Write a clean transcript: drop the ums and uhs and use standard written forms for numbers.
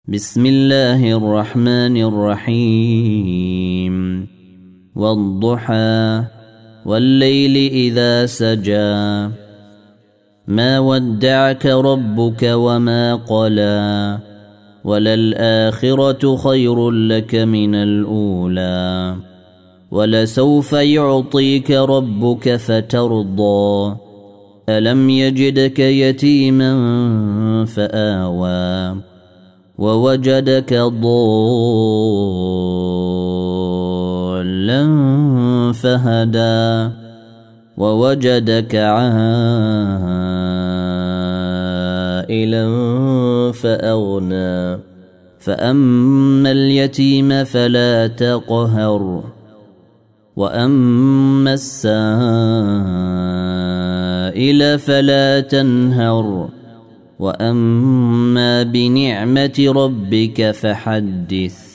بسم الله الرحمن الرحيم والضحى والليل إذا سجى ما ودعك ربك وما قلى وللآخرة خير لك من الأولى ولسوف يعطيك ربك فترضى ألم يجدك يتيما فآوى ووجدك ضالا فهدى ووجدك عائلا فأغنى فأما اليتيم فلا تقهر وأما السائل فلا تنهر وأما بنعمة ربك فحدث